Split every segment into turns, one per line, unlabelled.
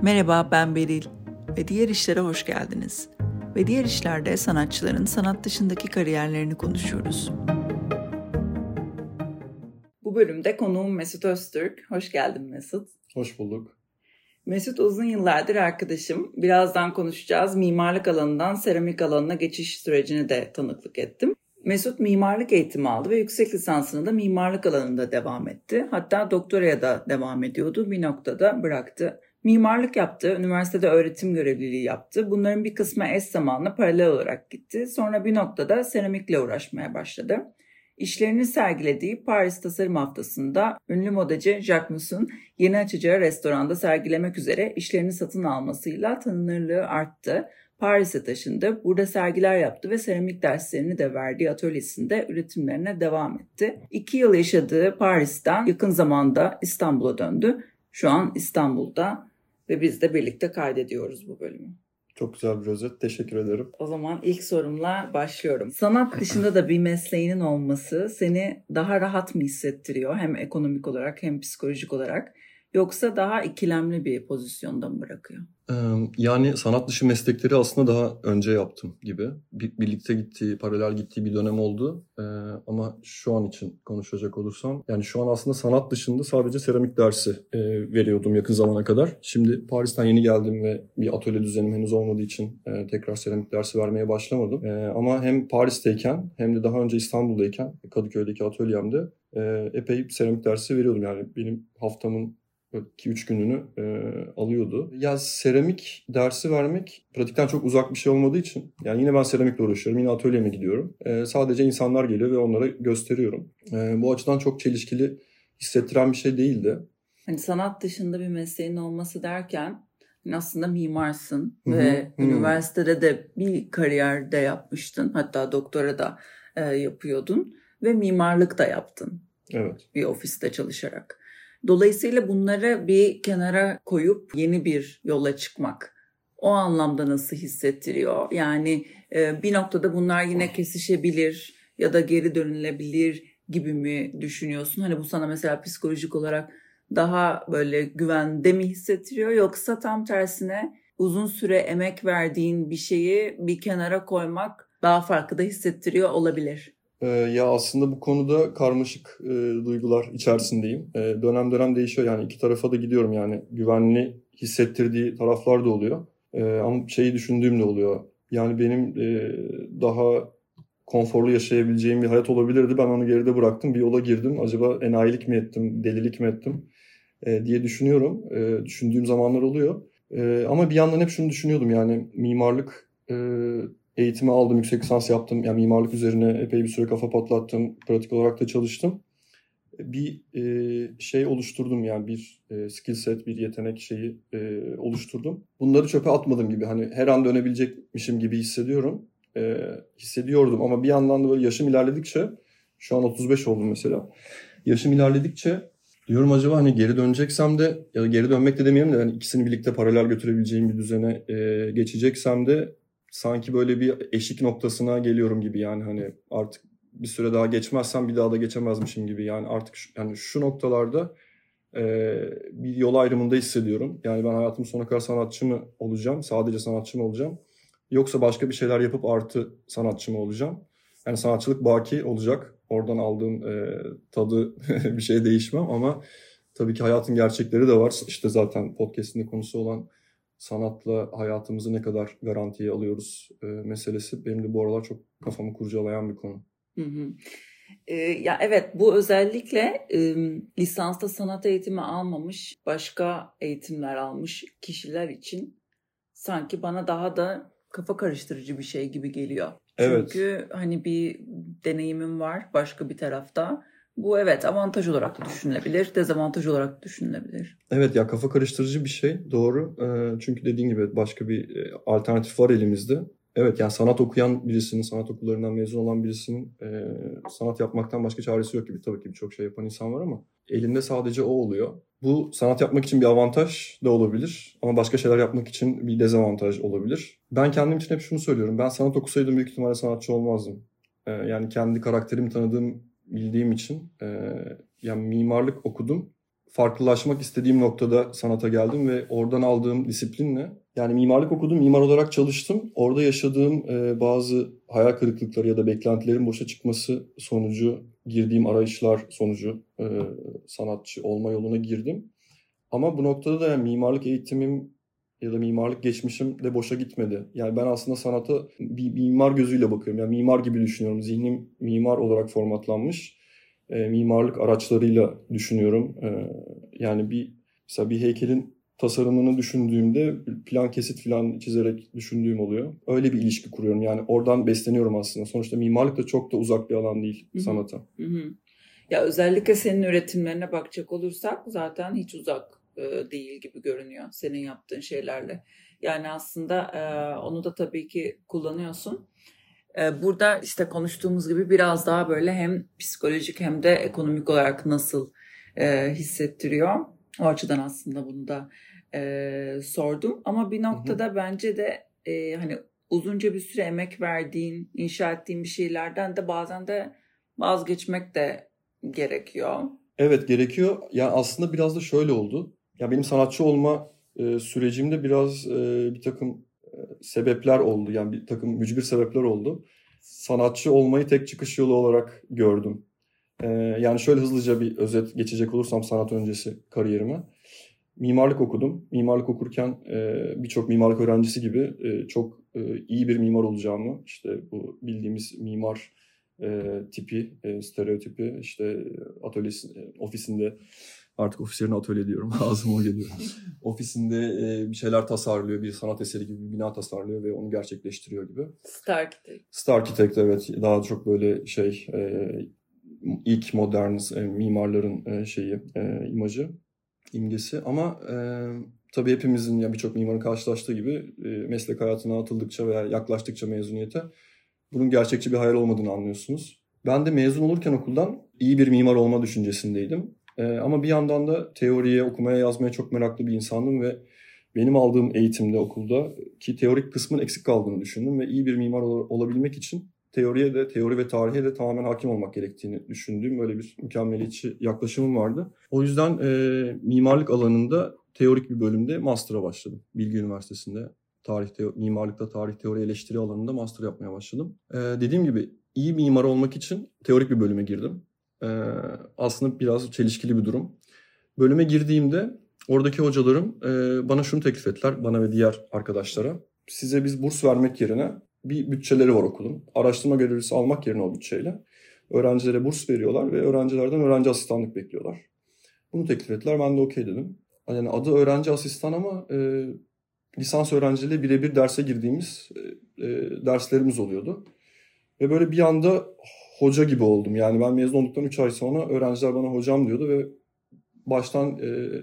Merhaba, ben Beril ve Diğer İşler'e hoş geldiniz. Ve Diğer İşler'de sanatçıların sanat dışındaki kariyerlerini konuşuyoruz. Bu bölümde konuğum Mesut Öztürk. Hoş geldin Mesut.
Hoş bulduk.
Mesut uzun yıllardır arkadaşım. Birazdan konuşacağız. Mimarlık alanından seramik alanına geçiş sürecini de tanıklık ettim. Mesut mimarlık eğitimi aldı ve yüksek lisansını da mimarlık alanında devam etti. Hatta doktoraya da devam ediyordu. Bir noktada bıraktı. Mimarlık yaptı, üniversitede öğretim görevliliği yaptı. Bunların bir kısmı eş zamanlı paralel olarak gitti. Sonra bir noktada seramikle uğraşmaya başladı. İşlerini sergilediği Paris Tasarım Haftası'nda ünlü modacı Jacques Mus'un yeni açacağı restoranda sergilemek üzere işlerini satın almasıyla tanınırlığı arttı. Paris'e taşındı, burada sergiler yaptı ve seramik derslerini de verdiği atölyesinde üretimlerine devam etti. 2 yıl yaşadığı Paris'ten yakın zamanda İstanbul'a döndü. Şu an İstanbul'da ve biz de birlikte kaydediyoruz bu bölümü.
Çok güzel bir özet. Teşekkür ederim.
O zaman ilk sorumla başlıyorum. Sanat dışında da bir mesleğinin olması seni daha rahat mı hissettiriyor? Hem ekonomik olarak hem psikolojik olarak. Yoksa daha ikilemli bir pozisyonda mı bırakıyor?
Yani sanat dışı meslekleri aslında daha önce yaptım gibi. Birlikte gittiği, paralel gittiği bir dönem oldu. Ama şu an için konuşacak olursam, yani şu an aslında sanat dışında sadece seramik dersi veriyordum yakın zamana kadar. Şimdi Paris'ten yeni geldim ve bir atölye düzenim henüz olmadığı için tekrar seramik dersi vermeye başlamadım. Ama hem Paris'teyken hem de daha önce İstanbul'dayken Kadıköy'deki atölyemde epey seramik dersi veriyordum. Yani benim haftamın 2-3 gününü alıyordu. Ya seramik dersi vermek pratikten çok uzak bir şey olmadığı için, yani yine ben seramikle uğraşıyorum, yine atölyeme gidiyorum. Sadece insanlar geliyor ve onlara gösteriyorum. Bu açıdan çok çelişkili hissettiren bir şey değildi.
Hani sanat dışında bir mesleğin olması derken aslında mimarsın ve üniversitede de bir kariyer de yapmıştın. Hatta doktora da yapıyordun ve mimarlık da yaptın.
Evet.
Bir ofiste çalışarak. Dolayısıyla bunları bir kenara koyup yeni bir yola çıkmak o anlamda nasıl hissettiriyor? Yani bir noktada bunlar yine kesişebilir ya da geri dönülebilir gibi mi düşünüyorsun? Hani bu sana mesela psikolojik olarak daha böyle güvende mi hissettiriyor? Yoksa tam tersine uzun süre emek verdiğin bir şeyi bir kenara koymak daha farklı da hissettiriyor olabilir.
Ya aslında bu konuda karmaşık duygular içerisindeyim. Dönem dönem değişiyor, yani iki tarafa da gidiyorum, yani güvenli hissettirdiği taraflar da oluyor. Ama şeyi düşündüğüm de oluyor. Yani benim daha konforlu yaşayabileceğim bir hayat olabilirdi. Ben onu geride bıraktım, bir yola girdim. Acaba enayilik mi ettim, delilik mi ettim diye düşünüyorum. Düşündüğüm zamanlar oluyor. Ama bir yandan hep şunu düşünüyordum, yani mimarlık eğitimi aldım, yüksek lisans yaptım. Yani mimarlık üzerine epey bir süre kafa patlattım. Pratik olarak da çalıştım. Bir şey oluşturdum, yani bir skill set, bir yetenek şeyi oluşturdum. Bunları çöpe atmadım gibi. Hani her an dönebilecekmişim gibi hissediyorum. Hissediyordum ama bir yandan da böyle yaşım ilerledikçe, şu an 35 oldum mesela. Yaşım ilerledikçe diyorum, acaba hani geri döneceksem de, ya da geri dönmek de demeyelim de, hani ikisini birlikte paralel götürebileceğim bir düzene geçeceksem de sanki böyle bir eşik noktasına geliyorum gibi. Yani hani artık bir süre daha geçmezsem bir daha da geçemezmişim gibi. Yani artık yani şu noktalarda bir yol ayrımında hissediyorum. Yani ben hayatımın sonuna kadar sanatçı mı olacağım, sadece sanatçı mı olacağım, yoksa başka bir şeyler yapıp artı sanatçı mı olacağım? Yani sanatçılık baki olacak. Oradan aldığım tadı bir şey değişmem ama tabii ki hayatın gerçekleri de var. İşte zaten podcast'in de konusu olan sanatla hayatımızı ne kadar garantiye alıyoruz meselesi benim de bu aralar çok kafamı kurcalayan bir konu.
Ya evet, bu özellikle lisansta sanat eğitimi almamış, başka eğitimler almış kişiler için sanki bana daha da kafa karıştırıcı bir şey gibi geliyor.
Evet.
Çünkü hani bir deneyimim var başka bir tarafta. Bu evet avantaj olarak da düşünülebilir, dezavantaj olarak da düşünülebilir.
Evet ya, kafa karıştırıcı bir şey, doğru. Çünkü dediğin gibi başka bir alternatif var elimizde. Evet, yani sanat okuyan birisinin, sanat okullarından mezun olan birisinin sanat yapmaktan başka çaresi yok gibi. Tabii ki birçok şey yapan insan var ama elinde sadece o oluyor. Bu sanat yapmak için bir avantaj da olabilir ama başka şeyler yapmak için bir dezavantaj olabilir. Ben kendim için hep şunu söylüyorum. Ben sanat okusaydım büyük ihtimalle sanatçı olmazdım. Yani kendi karakterimi tanıdığım, bildiğim için yani mimarlık okudum. farklılaşmak istediğim noktada sanata geldim ve oradan aldığım disiplinle, yani mimarlık okudum, mimar olarak çalıştım. Orada yaşadığım bazı hayal kırıklıkları ya da beklentilerin boşa çıkması sonucu, girdiğim arayışlar sonucu sanatçı olma yoluna girdim. Ama bu noktada da yani mimarlık eğitimim ya da mimarlık geçmişim de boşa gitmedi. Yani ben aslında sanata bir mimar gözüyle bakıyorum. Yani mimar gibi düşünüyorum. Zihnim mimar olarak formatlanmış. Mimarlık araçlarıyla düşünüyorum. Yani mesela bir heykelin tasarımını düşündüğümde plan kesit falan çizerek düşündüğüm oluyor. Öyle bir ilişki kuruyorum. Yani oradan besleniyorum aslında. Sonuçta mimarlık da çok da uzak bir alan değil sanata.
Ya özellikle senin üretimlerine bakacak olursak zaten hiç uzak değil gibi görünüyor senin yaptığın şeylerle. Yani aslında onu da tabii ki kullanıyorsun. Burada işte konuştuğumuz gibi biraz daha böyle hem psikolojik hem de ekonomik olarak nasıl hissettiriyor. O açıdan aslında bunu da sordum. Ama bir noktada bence de hani uzunca bir süre emek verdiğin, inşa ettiğin bir şeylerden de bazen de vazgeçmek de gerekiyor.
Evet, gerekiyor. Yani aslında biraz da şöyle oldu. Ya benim sanatçı olma sürecimde biraz bir takım sebepler oldu. Yani bir takım mücbir sebepler oldu. Sanatçı olmayı tek çıkış yolu olarak gördüm. Yani şöyle hızlıca bir özet geçecek olursam sanat öncesi kariyerime. Mimarlık okudum. Mimarlık okurken birçok mimarlık öğrencisi gibi çok iyi bir mimar olacağımı, işte bu bildiğimiz mimar tipi, stereotipi, işte atölyesi, ofisinde, artık ofislerine atölye diyorum, ağzıma geliyor. Ofisinde bir şeyler tasarlıyor, bir sanat eseri gibi bir bina tasarlıyor ve onu gerçekleştiriyor gibi. Star Architect, evet, daha çok böyle ilk modern mimarların imajı, imgesi. Ama tabii hepimizin, ya birçok mimarın karşılaştığı gibi meslek hayatına atıldıkça veya yaklaştıkça mezuniyete bunun gerçekçi bir hayal olmadığını anlıyorsunuz. Ben de mezun olurken okuldan iyi bir mimar olma düşüncesindeydim. Ama bir yandan da teoriye, okumaya, yazmaya çok meraklı bir insandım ve benim aldığım eğitimde okulda ki teorik kısmın eksik kaldığını düşündüm ve iyi bir mimar olabilmek için teori ve tarihe de tamamen hakim olmak gerektiğini düşündüğüm böyle bir mükemmeliyetçi yaklaşımım vardı. O yüzden mimarlık alanında teorik bir bölümde master'a başladım Bilgi Üniversitesi'nde. Mimarlıkta tarih teori eleştiri alanında master yapmaya başladım. Dediğim gibi iyi mimar olmak için teorik bir bölüme girdim. Aslında biraz çelişkili bir durum. Bölüme girdiğimde oradaki hocalarım bana şunu teklif ettiler, bana ve diğer arkadaşlara. Size biz burs vermek yerine, bir bütçeleri var okulun, araştırma görevlisi almak yerine o bütçeyle öğrencilere burs veriyorlar ve öğrencilerden öğrenci asistanlık bekliyorlar. Bunu teklif ettiler, ben de okey dedim. Yani adı öğrenci asistan ama lisans öğrencileriyle birebir derse girdiğimiz derslerimiz oluyordu. Ve böyle bir anda hoca gibi oldum. Yani ben mezun olduktan 3 ay sonra öğrenciler bana hocam diyordu ve baştan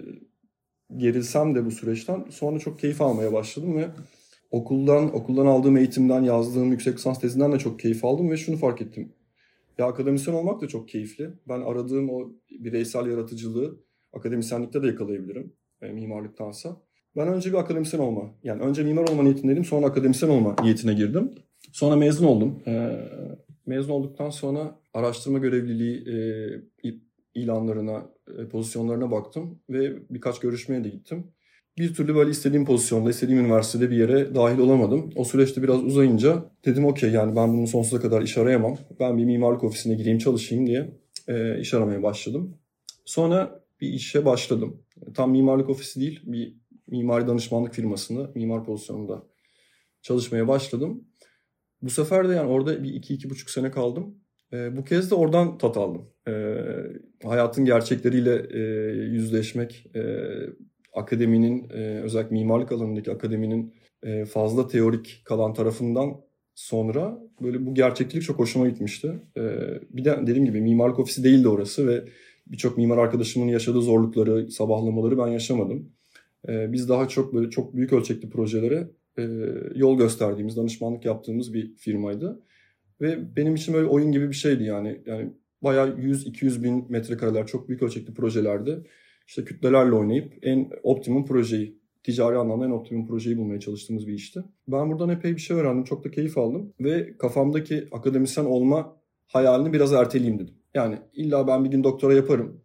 gerilsem de bu süreçten sonra çok keyif almaya başladım ve okuldan aldığım eğitimden, yazdığım yüksek lisans tezinden de çok keyif aldım ve şunu fark ettim. Ya akademisyen olmak da çok keyifli. Ben aradığım o bireysel yaratıcılığı akademisyenlikte de yakalayabilirim mimarlıktansa. Ben önce bir akademisyen olma, yani önce mimar olma niyetindeydim, sonra akademisyen olma niyetine girdim. Sonra mezun oldum. Mezun olduktan sonra araştırma görevliliği ilanlarına, pozisyonlarına baktım ve birkaç görüşmeye de gittim. Bir türlü böyle istediğim pozisyonda, istediğim üniversitede bir yere dahil olamadım. O süreçte biraz uzayınca dedim okey, yani ben bunu sonsuza kadar iş arayamam. Ben bir mimarlık ofisine gireyim, çalışayım diye iş aramaya başladım. Sonra bir işe başladım. Tam mimarlık ofisi değil, bir mimari danışmanlık firmasında, mimar pozisyonunda çalışmaya başladım. Bu sefer de yani orada bir 2-2,5 sene kaldım. Bu kez de oradan tat aldım. Hayatın gerçekleriyle yüzleşmek, akademinin, özellikle mimarlık alanındaki akademinin fazla teorik kalan tarafından sonra böyle bu gerçeklik çok hoşuma gitmişti. Bir de dediğim gibi mimarlık ofisi değildi orası ve birçok mimar arkadaşımın yaşadığı zorlukları, sabahlamaları ben yaşamadım. Biz daha çok böyle çok büyük ölçekli projelere yol gösterdiğimiz, danışmanlık yaptığımız bir firmaydı. Ve benim için böyle oyun gibi bir şeydi yani. Yani bayağı 100-200 bin metrekareler, çok büyük ölçekli projelerde işte kütlelerle oynayıp en optimum projeyi, ticari anlamda en optimum projeyi bulmaya çalıştığımız bir işti. Ben buradan epey bir şey öğrendim, çok da keyif aldım ve kafamdaki akademisyen olma hayalini biraz erteleyeyim dedim. Yani illa ben bir gün doktora yaparım.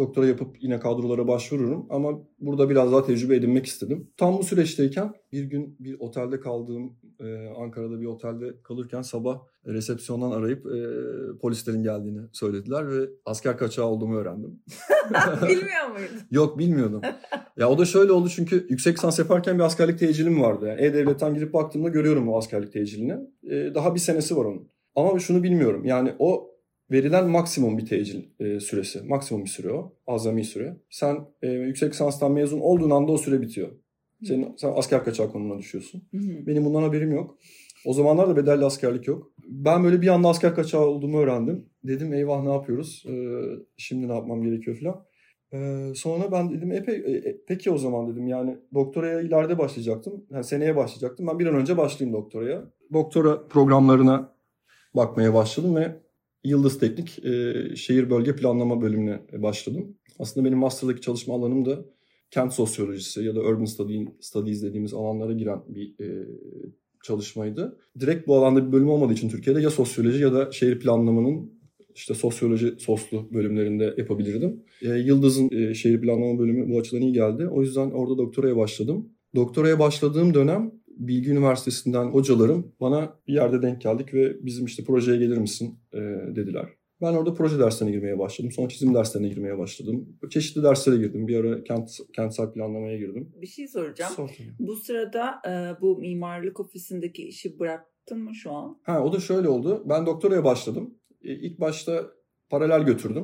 Doktora yapıp yine kadrolara başvururum ama burada biraz daha tecrübe edinmek istedim. Tam bu süreçteyken bir gün bir otelde kaldığım, Ankara'da bir otelde kalırken sabah resepsiyondan arayıp polislerin geldiğini söylediler ve asker kaçağı olduğumu öğrendim.
Bilmiyor muydun?
Yok, bilmiyordum. Ya o da şöyle oldu, çünkü yüksek lisans yaparken bir askerlik tecilim vardı. Yani E-Devlet'ten girip baktığımda görüyorum o askerlik tecilini. Daha bir senesi var onun. Ama şunu bilmiyorum. Yani o verilen maksimum bir tecil süresi. Maksimum bir süre o. Azami süre. Sen yüksek lisanstan mezun olduğun anda o süre bitiyor. Sen asker kaçağı konumuna düşüyorsun. Benim bundan haberim yok. O zamanlar da bedelli askerlik yok. Ben böyle bir anda asker kaçağı olduğumu öğrendim. Dedim eyvah, ne yapıyoruz? Şimdi ne yapmam gerekiyor falan. Sonra ben dedim peki o zaman dedim, yani doktoraya ileride başlayacaktım. Yani seneye başlayacaktım. Ben bir an önce başlayayım doktoraya. Doktora programlarına bakmaya başladım ve Yıldız Teknik Şehir Bölge Planlama bölümüne başladım. Aslında benim master'daki çalışma alanım da kent sosyolojisi ya da urban studies dediğimiz alanlara giren bir çalışmaydı. Direkt bu alanda bir bölüm olmadığı için Türkiye'de ya sosyoloji ya da şehir planlamanın işte sosyoloji soslu bölümlerinde yapabilirdim. Yıldız'ın şehir planlama bölümü bu açıdan iyi geldi. O yüzden orada doktoraya başladım. Doktoraya başladığım dönem Bilgi Üniversitesi'nden hocalarım bana bir yerde denk geldik ve bizim işte projeye gelir misin dediler. Ben orada proje derslerine girmeye başladım. Sonra çizim derslerine girmeye başladım. Çeşitli derslere girdim. Bir ara kentsel planlamaya girdim.
Bir şey soracağım. Bu sırada bu mimarlık ofisindeki işi bıraktın mı şu an?
O da şöyle oldu. Ben doktoraya başladım. İlk başta paralel götürdüm.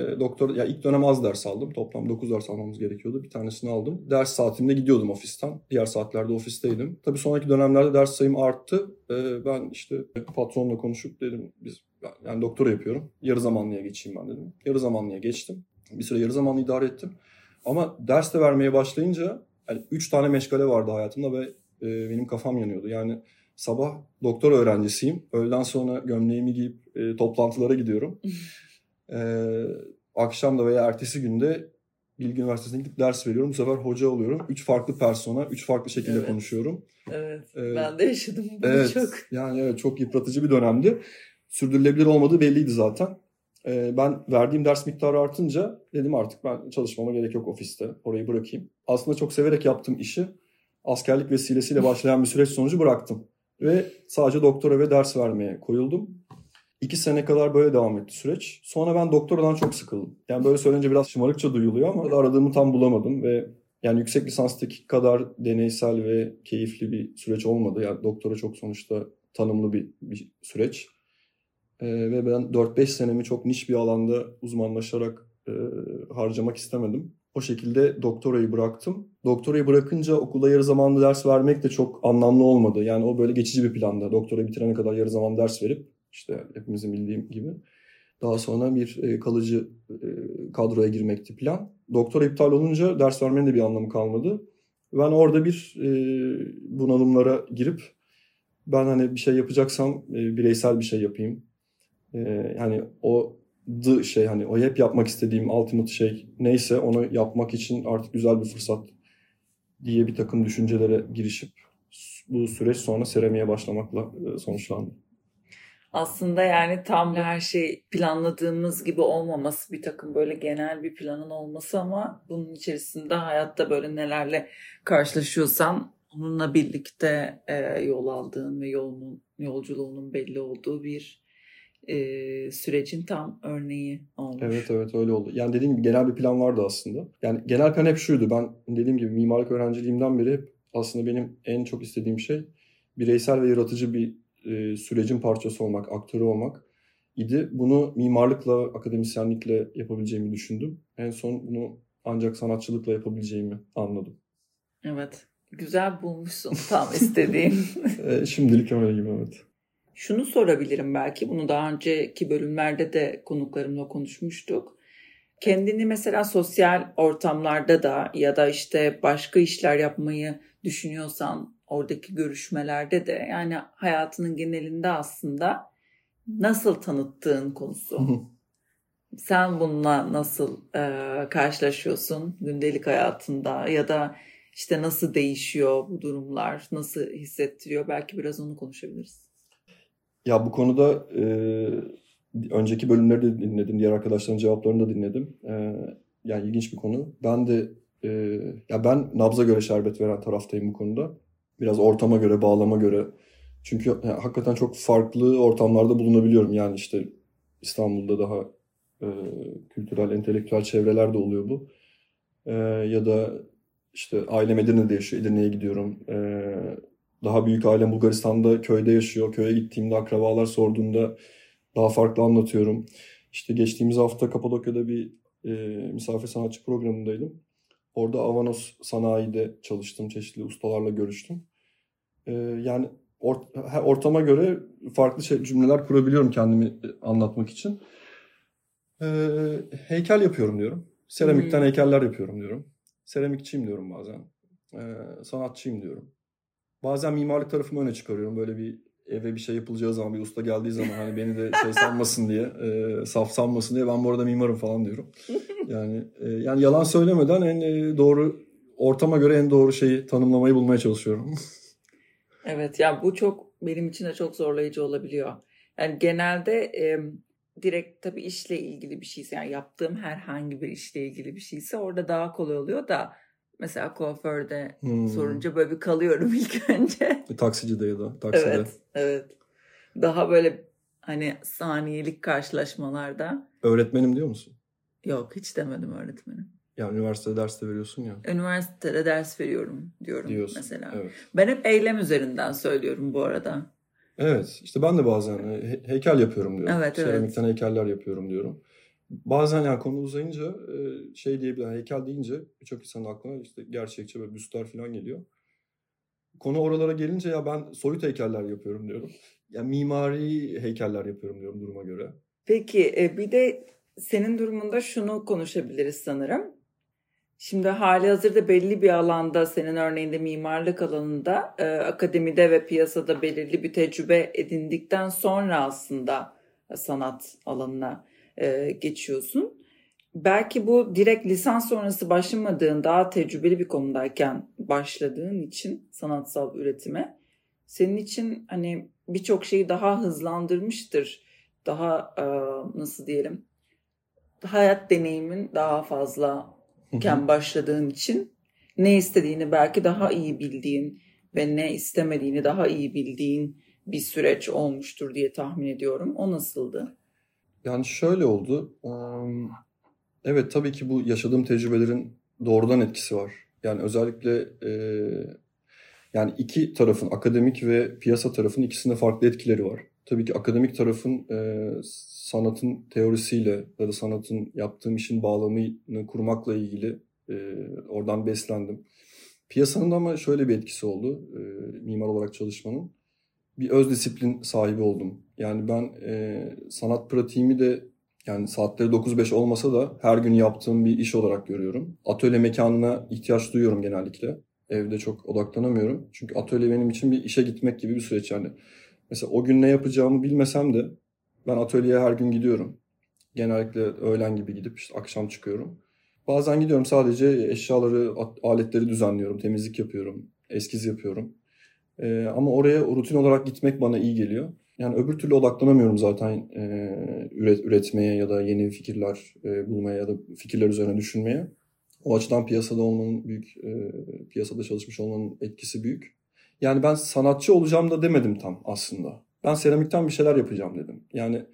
İlk dönem az ders aldım. Toplam 9 ders almamız gerekiyordu. Bir tanesini aldım. Ders saatimde gidiyordum ofisten. Diğer saatlerde ofisteydim. Tabii sonraki dönemlerde ders sayım arttı. Ben işte patronla konuşup dedim yani doktora yapıyorum. Yarı zamanlıya geçeyim ben dedim. Yarı zamanlıya geçtim. Bir süre yarı zamanlı idare ettim. Ama ders de vermeye başlayınca 3 tane meşgale vardı hayatımda ve benim kafam yanıyordu. Yani sabah doktora öğrencisiyim. Öğleden sonra gömleğimi giyip toplantılara gidiyorum. Akşam da veya ertesi günde Bilgi Üniversitesi'ne gidip ders veriyorum. Bu sefer hoca oluyorum. 3 farklı persona, 3 farklı şekilde konuşuyorum.
Evet, ben de yaşadım bunu çok.
Yani çok yıpratıcı bir dönemdi. Sürdürülebilir olmadığı belliydi zaten. Ben verdiğim ders miktarı artınca dedim artık ben çalışmama gerek yok ofiste. Orayı bırakayım. Aslında çok severek yaptığım işi askerlik vesilesiyle başlayan bir süreç sonucu bıraktım. Ve sadece doktora ve ders vermeye koyuldum. 2 sene kadar böyle devam etti süreç. Sonra ben doktoradan çok sıkıldım. Yani böyle söyleyince biraz şımarıkça duyuluyor ama aradığımı tam bulamadım ve yani yüksek lisanstaki kadar deneysel ve keyifli bir süreç olmadı. Yani doktora çok sonuçta tanımlı bir süreç. Ve ben 4-5 senemi çok niş bir alanda uzmanlaşarak harcamak istemedim. O şekilde doktorayı bıraktım. Doktorayı bırakınca okulda yarı zamanlı ders vermek de çok anlamlı olmadı. Yani o böyle geçici bir planda. Doktorayı bitirene kadar yarı zamanlı ders verip işte hepimizin bildiğim gibi daha sonra bir kalıcı kadroya girmekti plan. Doktora iptal olunca ders vermenin de bir anlamı kalmadı. Ben orada bir bunalımlara girip ben hani bir şey yapacaksam bireysel bir şey yapayım. Yani o hani o hep yapmak istediğim ultimate şey neyse onu yapmak için artık güzel bir fırsat diye bir takım düşüncelere girişip bu süreç sonra seramiğe başlamakla sonuçlandı.
Aslında yani tam her şey planladığımız gibi olmaması, bir takım böyle genel bir planın olması ama bunun içerisinde hayatta böyle nelerle karşılaşıyorsan onunla birlikte yol aldığın ve yolculuğunun belli olduğu bir sürecin tam örneği olmuş.
Evet öyle oldu. Yani dediğim gibi genel bir plan vardı aslında. Yani genel plan hep şuydu. Ben dediğim gibi mimarlık öğrenciliğimden beri hep aslında benim en çok istediğim şey bireysel ve yaratıcı bir sürecin parçası olmak, aktörü olmak idi. Bunu mimarlıkla, akademisyenlikle yapabileceğimi düşündüm. En son bunu ancak sanatçılıkla yapabileceğimi anladım.
Evet. Güzel bulmuşsun tam istediğin.
Şimdilik öyle gibi, evet.
Şunu sorabilirim belki. Bunu daha önceki bölümlerde de konuklarımla konuşmuştuk. Kendini mesela sosyal ortamlarda da ya da işte başka işler yapmayı düşünüyorsan oradaki görüşmelerde de yani hayatının genelinde aslında nasıl tanıttığın konusu. Sen bununla nasıl karşılaşıyorsun gündelik hayatında ya da işte nasıl değişiyor bu durumlar, nasıl hissettiriyor? Belki biraz onu konuşabiliriz.
Ya bu konuda önceki bölümleri de dinledim, diğer arkadaşların cevaplarını da dinledim. yani ilginç bir konu. Ben de ya ben nabza göre şerbet veren taraftayım bu konuda. Biraz ortama göre, bağlama göre. Çünkü hakikaten çok farklı ortamlarda bulunabiliyorum. Yani işte İstanbul'da daha kültürel, entelektüel çevreler de oluyor bu. Ya da işte ailem Edirne'de yaşıyor. Edirne'ye gidiyorum. Daha büyük ailem Bulgaristan'da köyde yaşıyor. Köye gittiğimde akrabalar sorduğunda daha farklı anlatıyorum. İşte geçtiğimiz hafta Kapadokya'da bir misafir sanatçı programındaydım. Orada Avanos sanayide çalıştım. Çeşitli ustalarla görüştüm. Yani ortama göre farklı cümleler kurabiliyorum kendimi anlatmak için. Heykel yapıyorum diyorum. Seramikten heykeller yapıyorum diyorum. Seramikçiyim diyorum bazen. Sanatçıyım diyorum. Bazen mimarlık tarafımı öne çıkarıyorum. Böyle bir eve bir şey yapılacağı zaman, bir usta geldiği zaman hani beni de şey sanmasın diye, saf sanmasın diye ben bu arada mimarım falan diyorum. Yani yalan söylemeden en doğru ortama göre en doğru şeyi tanımlamayı bulmaya çalışıyorum.
Evet, yani bu çok benim için de çok zorlayıcı olabiliyor. Yani genelde direkt tabii işle ilgili bir şeyse, yani yaptığım herhangi bir işle ilgili bir şeyse orada daha kolay oluyor da mesela kuaförde sorunca böyle bir kalıyorum ilk önce.
Taksicide ya da takside.
Evet. Daha böyle hani saniyelik karşılaşmalarda.
Öğretmenim diyor musun?
Yok, hiç demedim öğretmenim.
Ya üniversitede derste veriyorsun ya.
Üniversitede ders veriyorum diyorum
diyorsun,
mesela.
Evet.
Ben hep eylem üzerinden söylüyorum bu arada.
Evet, işte ben de bazen heykel yapıyorum diyorum.
Evet.
Seramikten heykeller yapıyorum diyorum. Bazen yani konu uzayınca şey diyebilir, heykel deyince birçok insanın aklına işte gerçekçi böyle büstler falan geliyor. Konu oralara gelince ya ben soyut heykeller yapıyorum diyorum. Ya mimari heykeller yapıyorum diyorum duruma göre.
Peki bir de senin durumunda şunu konuşabiliriz sanırım. Şimdi hali hazırda belli bir alanda, senin örneğinde mimarlık alanında akademide ve piyasada belirli bir tecrübe edindikten sonra aslında sanat alanına geçiyorsun. Belki bu direkt lisans sonrası başlamadığın, daha tecrübeli bir konudayken başladığın için sanatsal üretime senin için hani birçok şeyi daha hızlandırmıştır. Daha nasıl diyelim, hayat deneyimin daha fazlaken başladığın için ne istediğini belki daha iyi bildiğin ve ne istemediğini daha iyi bildiğin bir süreç olmuştur diye tahmin ediyorum. O nasıldı?
Yani şöyle oldu. Evet, tabii ki bu yaşadığım tecrübelerin doğrudan etkisi var. Yani özellikle yani iki tarafın, akademik ve piyasa tarafının ikisinde farklı etkileri var. Tabii ki akademik tarafın sanatın teorisiyle ya da sanatın yaptığım işin bağlamını kurmakla ilgili oradan beslendim. Piyasanın da ama şöyle bir etkisi oldu mimar olarak çalışmanın. Bir öz disiplin sahibi oldum. Yani ben sanat pratiğimi de yani saatleri 9-5 olmasa da her gün yaptığım bir iş olarak görüyorum. Atölye mekanına ihtiyaç duyuyorum genellikle. Evde çok odaklanamıyorum. Çünkü atölye benim için bir işe gitmek gibi bir süreç yani. Mesela o gün ne yapacağımı bilmesem de ben atölyeye her gün gidiyorum. Genellikle öğlen gibi gidip işte akşam çıkıyorum. Bazen gidiyorum sadece eşyaları, aletleri düzenliyorum, temizlik yapıyorum, eskiz yapıyorum. Ama oraya rutin olarak gitmek bana iyi geliyor. Yani öbür türlü odaklanamıyorum zaten üretmeye ya da yeni fikirler bulmaya ya da fikirler üzerine düşünmeye. O açıdan piyasada olmanın piyasada çalışmış olmanın etkisi büyük. Yani ben sanatçı olacağım da demedim tam aslında. Ben seramikten bir şeyler yapacağım dedim. Yani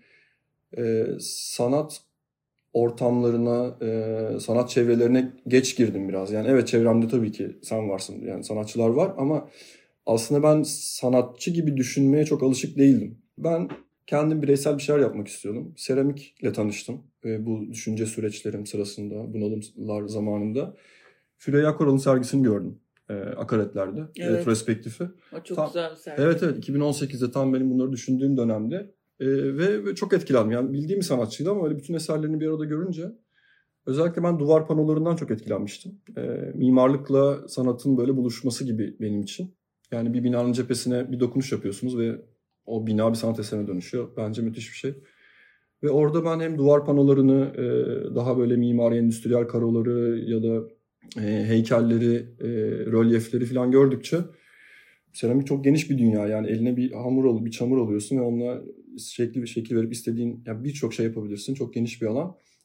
sanat ortamlarına, sanat çevrelerine geç girdim biraz. Yani evet, çevremde tabii ki sen varsın, yani sanatçılar var ama aslında ben sanatçı gibi düşünmeye çok alışık değildim. Ben kendim bireysel bir şeyler yapmak istiyordum. Seramikle tanıştım bu düşünce süreçlerim sırasında, bunalımlar zamanında. Süreyya Koral'ın sergisini gördüm akaretlerde,
Evet.
Retrospektifi.
O çok güzel bir sergi.
Evet, 2018'de tam benim bunları düşündüğüm dönemde ve çok etkilendim. Yani bildiğim bir sanatçıydı ama öyle bütün eserlerini bir arada görünce özellikle ben duvar panolarından çok etkilenmiştim. Mimarlıkla sanatın böyle buluşması gibi benim için. Yani bir binanın cephesine bir dokunuş yapıyorsunuz ve o bina bir sanat eserine dönüşüyor. Bence müthiş bir şey. Ve orada ben hem duvar panolarını, daha böyle mimari endüstriyel karoları ya da heykelleri, rölyefleri falan gördükçe seramik çok geniş bir dünya. Yani eline bir bir çamur alıyorsun ve onunla şekil verip istediğin, yani birçok şey yapabilirsin. Çok geniş bir alan.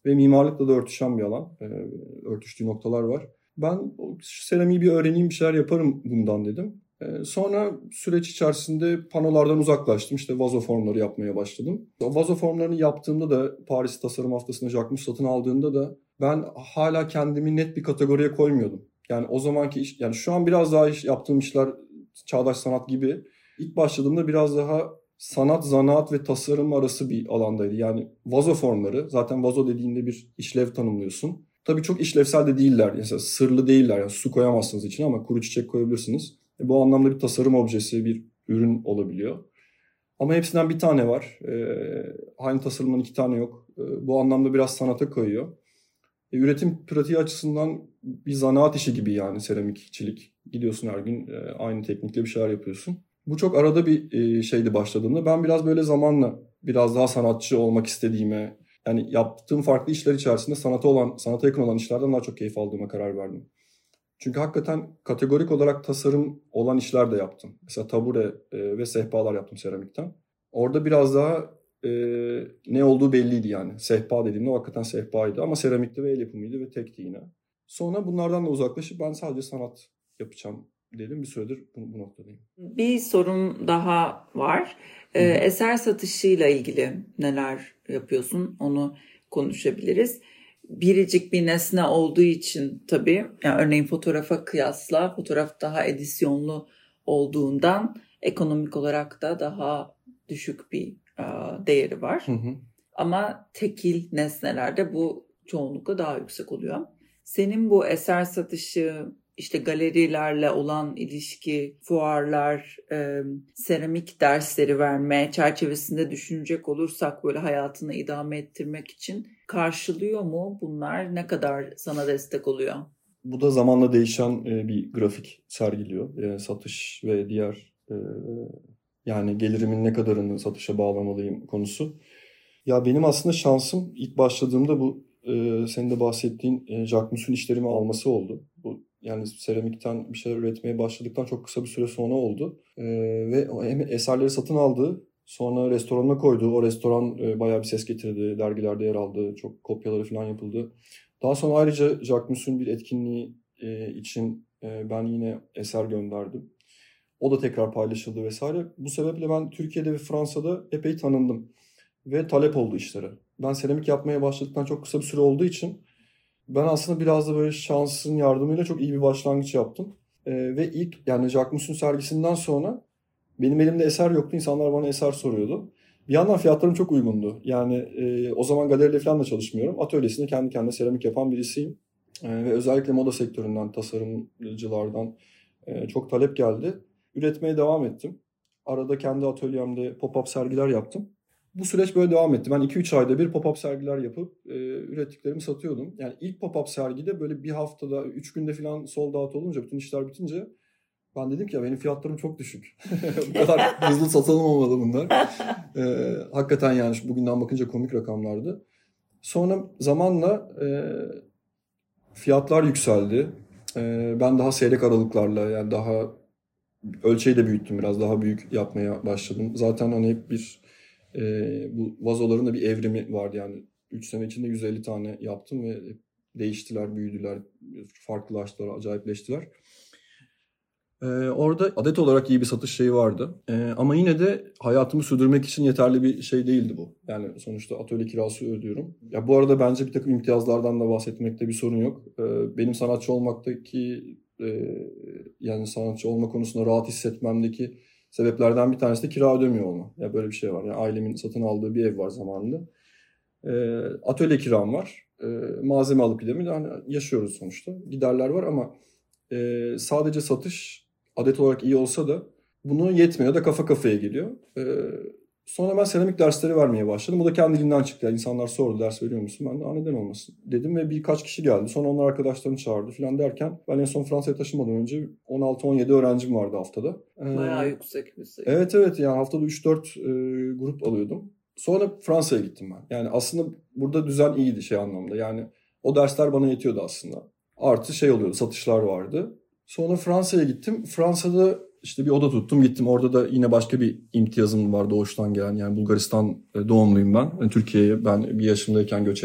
ve mimarlıkla da örtüşen bir alan. Örtüştüğü noktalar var. Ben şu seramiği bir öğreneyim, bir şeyler yaparım bundan dedim. Sonra süreç içerisinde panolardan uzaklaştım. İşte vazo formları yapmaya başladım. O vazo formlarını yaptığımda da Paris Tasarım Haftası'nda Jacques Mus satın aldığında da ben hala kendimi net bir kategoriye koymuyordum. Yani o zamanki iş, yani şu an biraz daha yaptığım işler çağdaş sanat gibi. İlk başladığımda biraz daha sanat, zanaat ve tasarım arası bir alandaydı. Yani vazo formları, zaten vazo dediğinde bir işlev tanımlıyorsun. Tabii çok işlevsel de değiller. Mesela sırlı değiller. Yani su koyamazsınız içine ama kuru çiçek koyabilirsiniz. Bu anlamda bir tasarım objesi, bir ürün olabiliyor. Ama hepsinden bir tane var. Aynı tasarımdan 2 tane yok. Bu anlamda biraz sanata kayıyor. Üretim pratiği açısından bir zanaat işi gibi yani seramikçilik. Gidiyorsun her gün aynı teknikle bir şeyler yapıyorsun. Bu çok arada bir şeydi başladığımda. Ben biraz böyle zamanla biraz daha sanatçı olmak istediğime, yani yaptığım farklı işler içerisinde sanata yakın olan işlerden daha çok keyif aldığıma karar verdim. Çünkü hakikaten kategorik olarak tasarım olan işler de yaptım. Mesela tabure ve sehpalar yaptım seramikten. Orada biraz daha ne olduğu belliydi yani. Sehpa dediğimde hakikaten sehpaydı ama seramikti ve el yapımıydı ve tekti yine. Sonra bunlardan da uzaklaşıp ben sadece sanat yapacağım dedim. Bir süredir bu noktadayım.
Bir sorum daha var. Eser satışıyla ilgili neler yapıyorsun? Onu konuşabiliriz. Biricik bir nesne olduğu için tabii, yani örneğin fotoğrafa kıyasla fotoğraf daha edisyonlu olduğundan ekonomik olarak da daha düşük bir değeri var. Ama tekil nesnelerde bu çoğunlukla daha yüksek oluyor. Senin bu eser satışı, işte galerilerle olan ilişki, fuarlar, seramik dersleri verme çerçevesinde düşünecek olursak böyle hayatını idame ettirmek için karşılıyor mu bunlar? Ne kadar sana destek oluyor?
Bu da zamanla değişen bir grafik sergiliyor. Satış ve diğer yani gelirimin ne kadarını satışa bağlamalıyım konusu. Ya benim aslında şansım ilk başladığımda bu senin de bahsettiğin Jacques Mus'un işlerimi alması oldu. Bu yani seramikten bir şeyler üretmeye başladıktan çok kısa bir süre sonra oldu. Ve hem eserleri satın aldı, sonra restoranına koydu. O restoran bayağı bir ses getirdi, dergilerde yer aldı, çok kopyaları falan yapıldı. Daha sonra ayrıca Jacques Mus'un bir etkinliği için ben yine eser gönderdim. O da tekrar paylaşıldı vesaire. Bu sebeple ben Türkiye'de ve Fransa'da epey tanındım. Ve talep oldu işlere. Ben seramik yapmaya başladıktan çok kısa bir süre olduğu için ben aslında biraz da böyle şansın yardımıyla çok iyi bir başlangıç yaptım. Ve ilk yani Jacques Mus'un sergisinden sonra benim elimde eser yoktu. İnsanlar bana eser soruyordu. Bir yandan fiyatlarım çok uygundu. Yani o zaman galeriyle falan da çalışmıyorum. Atölyesinde kendi kendine seramik yapan birisiyim. Ve özellikle moda sektöründen, tasarımcılardan çok talep geldi. Üretmeye devam ettim. Arada kendi atölyemde pop-up sergiler yaptım. Bu süreç böyle devam etti. Ben 2-3 ayda bir pop-up sergiler yapıp ürettiklerimi satıyordum. Yani ilk pop-up sergide böyle bir haftada, 3 günde falan sold out olunca, bütün işler bitince ben dedim ki ya benim fiyatlarım çok düşük. Bu kadar hızlı satılmamalı bunlar. Hakikaten yani bugünden bakınca komik rakamlardı. Sonra zamanla fiyatlar yükseldi. Ben daha seyrek aralıklarla yani daha ölçeği de büyüttüm. Biraz daha büyük yapmaya başladım. Zaten hani hep bu vazoların da bir evrimi vardı yani. 3 sene içinde 150 tane yaptım ve değiştiler, büyüdüler, farklılaştılar, acayipleştiler. Orada adet olarak iyi bir satış şeyi vardı. Ama yine de hayatımı sürdürmek için yeterli bir şey değildi bu. Yani sonuçta atölye kirası ödüyorum. Ya bu arada bence bir takım imtiyazlardan da bahsetmekte bir sorun yok. Benim sanatçı olmaktaki yani sanatçı olma konusunda rahat hissetmemdeki sebeplerden bir tanesi de kira ödemiyor olma. Ya böyle bir şey var. Yani ailemin satın aldığı bir ev var zamanında. Atölye kiram var. Malzeme alıp gidemiyor. Yani yaşıyoruz sonuçta. Giderler var ama sadece satış adet olarak iyi olsa da bunu yetmiyor da kafa kafaya geliyor. Sonra ben seramik dersleri vermeye başladım. Bu da kendiliğinden çıktı. Yani insanlar sordu ders veriyor musun? Ben de neden olmasın dedim ve birkaç kişi geldi. Sonra onlar arkadaşlarını çağırdı falan derken ben en son Fransa'ya taşınmadan önce 16-17 öğrencim vardı haftada.
Bayağı yüksek bir sayı.
Evet yani haftada 3-4 grup alıyordum. Sonra Fransa'ya gittim ben. Yani aslında burada düzen iyiydi şey anlamda. Yani o dersler bana yetiyordu aslında. Artı şey oluyordu, satışlar vardı. Sonra Fransa'ya gittim. Fransa'da işte bir oda tuttum gittim. Orada da yine başka bir imtiyazım var doğuştan gelen. Yani Bulgaristan doğumluyum ben. Yani Türkiye'ye ben 1 yaşımdayken göç ettik.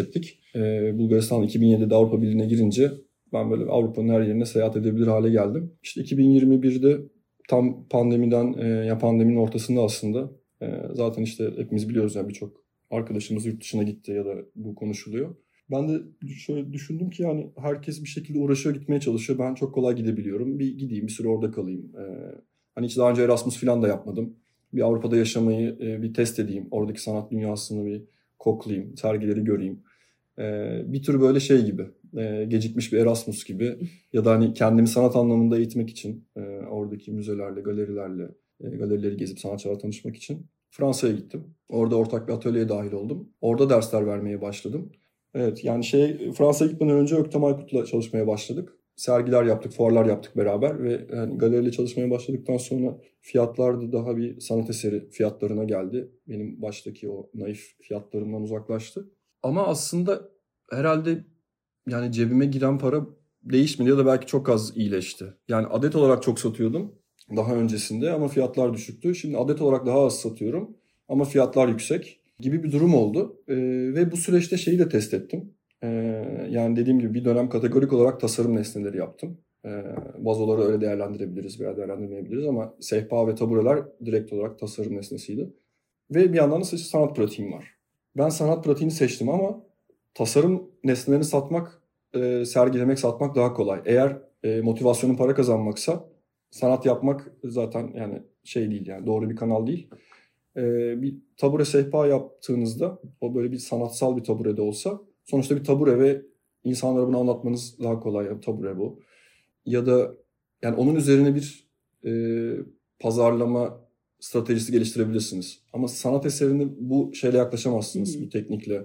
Bulgaristan 2007'de Avrupa Birliği'ne girince ben böyle Avrupa'nın her yerine seyahat edebilir hale geldim. İşte 2021'de tam pandeminin ortasında aslında. Zaten işte hepimiz biliyoruz yani birçok arkadaşımız yurt dışına gitti ya da bu konuşuluyor. Ben de şöyle düşündüm ki yani herkes bir şekilde uğraşıyor, gitmeye çalışıyor. Ben çok kolay gidebiliyorum. Bir gideyim, bir süre orada kalayım. Hani hiç daha önce Erasmus falan da yapmadım. Bir Avrupa'da yaşamayı bir test edeyim. Oradaki sanat dünyasını bir koklayayım, sergileri göreyim. Bir tür böyle şey gibi, gecikmiş bir Erasmus gibi ya da hani kendimi sanat anlamında eğitmek için oradaki müzelerle, galerileri gezip sanatçılarla tanışmak için Fransa'ya gittim. Orada ortak bir atölyeye dahil oldum. Orada dersler vermeye başladım. Evet yani Fransa'ya gitmeden önce Öktem Aykut'la çalışmaya başladık. Sergiler yaptık, fuarlar yaptık beraber ve yani galeriyle çalışmaya başladıktan sonra fiyatlar da daha bir sanat eseri fiyatlarına geldi. Benim baştaki o naif fiyatlarımdan uzaklaştı. Ama aslında herhalde yani cebime giren para değişmedi ya da belki çok az iyileşti. Yani adet olarak çok satıyordum daha öncesinde ama fiyatlar düşüktü. Şimdi adet olarak daha az satıyorum ama fiyatlar yüksek gibi bir durum oldu. Ve bu süreçte şeyi de test ettim. Yani dediğim gibi bir dönem kategorik olarak tasarım nesneleri yaptım. Vazoları öyle değerlendirebiliriz veya değerlendirmeyebiliriz ama sehpa ve tabureler direkt olarak tasarım nesnesiydi. Ve bir yandan da sanat pratiğim var. Ben sanat pratiğini seçtim ama tasarım nesnelerini satmak, sergilemek, satmak daha kolay. Eğer motivasyonun para kazanmaksa sanat yapmak zaten yani şey değil yani doğru bir kanal değil. Bir tabure sehpa yaptığınızda o böyle bir sanatsal bir tabure de olsa sonuçta bir tabure ve insanlara bunu anlatmanız daha kolay. Yani tabure bu. Ya da yani onun üzerine bir pazarlama stratejisi geliştirebilirsiniz. Ama sanat eserini bu şeyle yaklaşamazsınız, bu teknikle.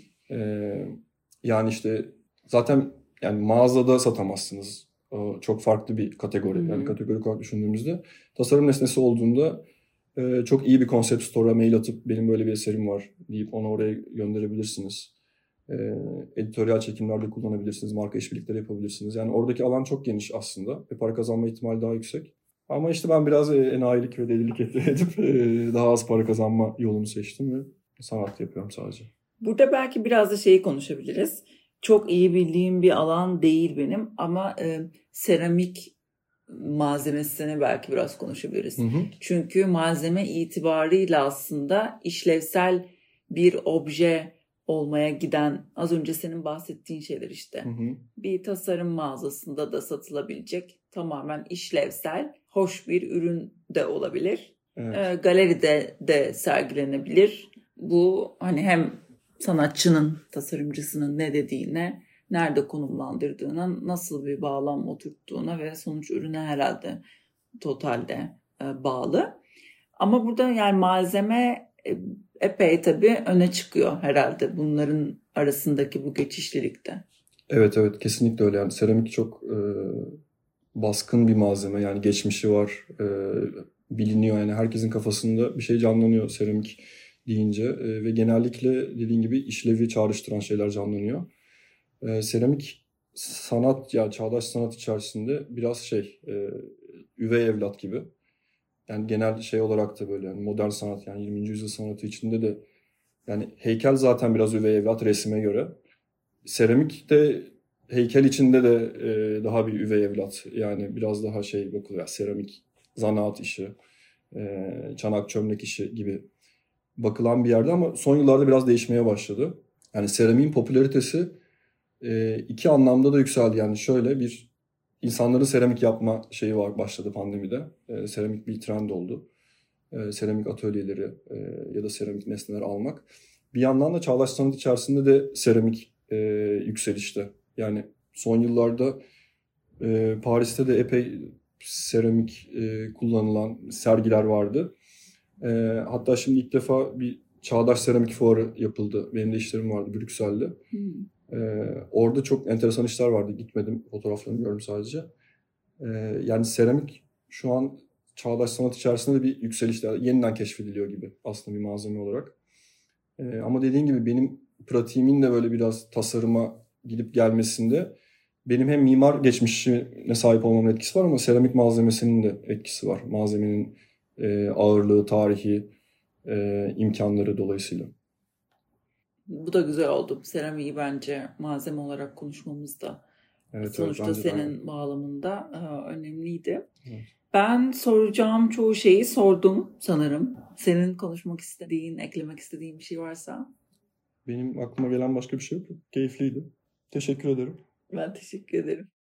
Yani işte zaten yani mağazada satamazsınız. O çok farklı bir kategori. Yani kategorik olarak düşündüğümüzde tasarım nesnesi olduğunda çok iyi bir concept store'a mail atıp benim böyle bir eserim var deyip onu oraya gönderebilirsiniz. Editoryal çekimlerde kullanabilirsiniz, marka işbirlikleri yapabilirsiniz. Yani oradaki alan çok geniş aslında ve para kazanma ihtimali daha yüksek. Ama işte ben biraz enayilik ve delilik edip daha az para kazanma yolunu seçtim ve sanat yapıyorum sadece.
Burada belki biraz da şeyi konuşabiliriz. Çok iyi bildiğim bir alan değil benim ama seramik malzemesini belki biraz konuşabiliriz. Çünkü malzeme itibarıyla aslında işlevsel bir obje olmaya giden az önce senin bahsettiğin şeyler işte. Bir tasarım mağazasında da satılabilecek tamamen işlevsel, hoş bir ürün de olabilir. Evet. Galeride de sergilenebilir. Bu hani hem sanatçının, tasarımcısının ne dediğine, nerede konumlandırdığına, nasıl bir bağlam oturttuğuna ve sonuç ürüne herhalde totalde bağlı. Ama burada yani malzeme epey tabii öne çıkıyor herhalde bunların arasındaki bu geçişlilikte.
Evet kesinlikle öyle. Yani seramik çok baskın bir malzeme. Yani geçmişi var, biliniyor. Yani herkesin kafasında bir şey canlanıyor seramik deyince ve genellikle dediğin gibi işlevi çağrıştıran şeyler canlanıyor. Seramik sanat ya çağdaş sanat içerisinde biraz üvey evlat gibi. Yani genel şey olarak da böyle yani modern sanat yani 20. yüzyıl sanatı içinde de yani heykel zaten biraz üvey evlat resime göre. Seramik de heykel içinde de daha bir üvey evlat. Yani biraz daha bakılıyor. Seramik zanaat işi, çanak çömlek işi gibi bakılan bir yerde ama son yıllarda biraz değişmeye başladı. Yani seramiğin popülaritesi iki anlamda da yükseldi. Yani şöyle bir insanların seramik yapma şeyi başladı pandemide. Seramik bir trend oldu. Seramik atölyeleri ya da seramik nesneler almak. Bir yandan da çağdaş sanat içerisinde de seramik yükselişte. Yani son yıllarda Paris'te de epey seramik kullanılan sergiler vardı. Hatta şimdi ilk defa bir çağdaş seramik fuarı yapıldı. Benim de işlerim vardı Brüksel'de. Orada çok enteresan işler vardı. Gitmedim, fotoğraflarını gördüm sadece. Yani seramik şu an çağdaş sanat içerisinde de bir yükselişte yeniden keşfediliyor gibi aslında bir malzeme olarak. Ama dediğin gibi benim pratiğimin de böyle biraz tasarıma gidip gelmesinde benim hem mimar geçmişine sahip olmamın etkisi var ama seramik malzemesinin de etkisi var. Malzemenin ağırlığı, tarihi, imkanları dolayısıyla.
Bu da güzel oldu. Seramiği bence malzeme olarak konuşmamız da sonuçta
bence
senin bağlamında önemliydi.
Evet.
Ben soracağım çoğu şeyi sordum sanırım. Senin konuşmak istediğin, eklemek istediğin bir şey varsa?
Benim aklıma gelen başka bir şey yok. Keyifliydi. Teşekkür ederim.
Ben teşekkür ederim.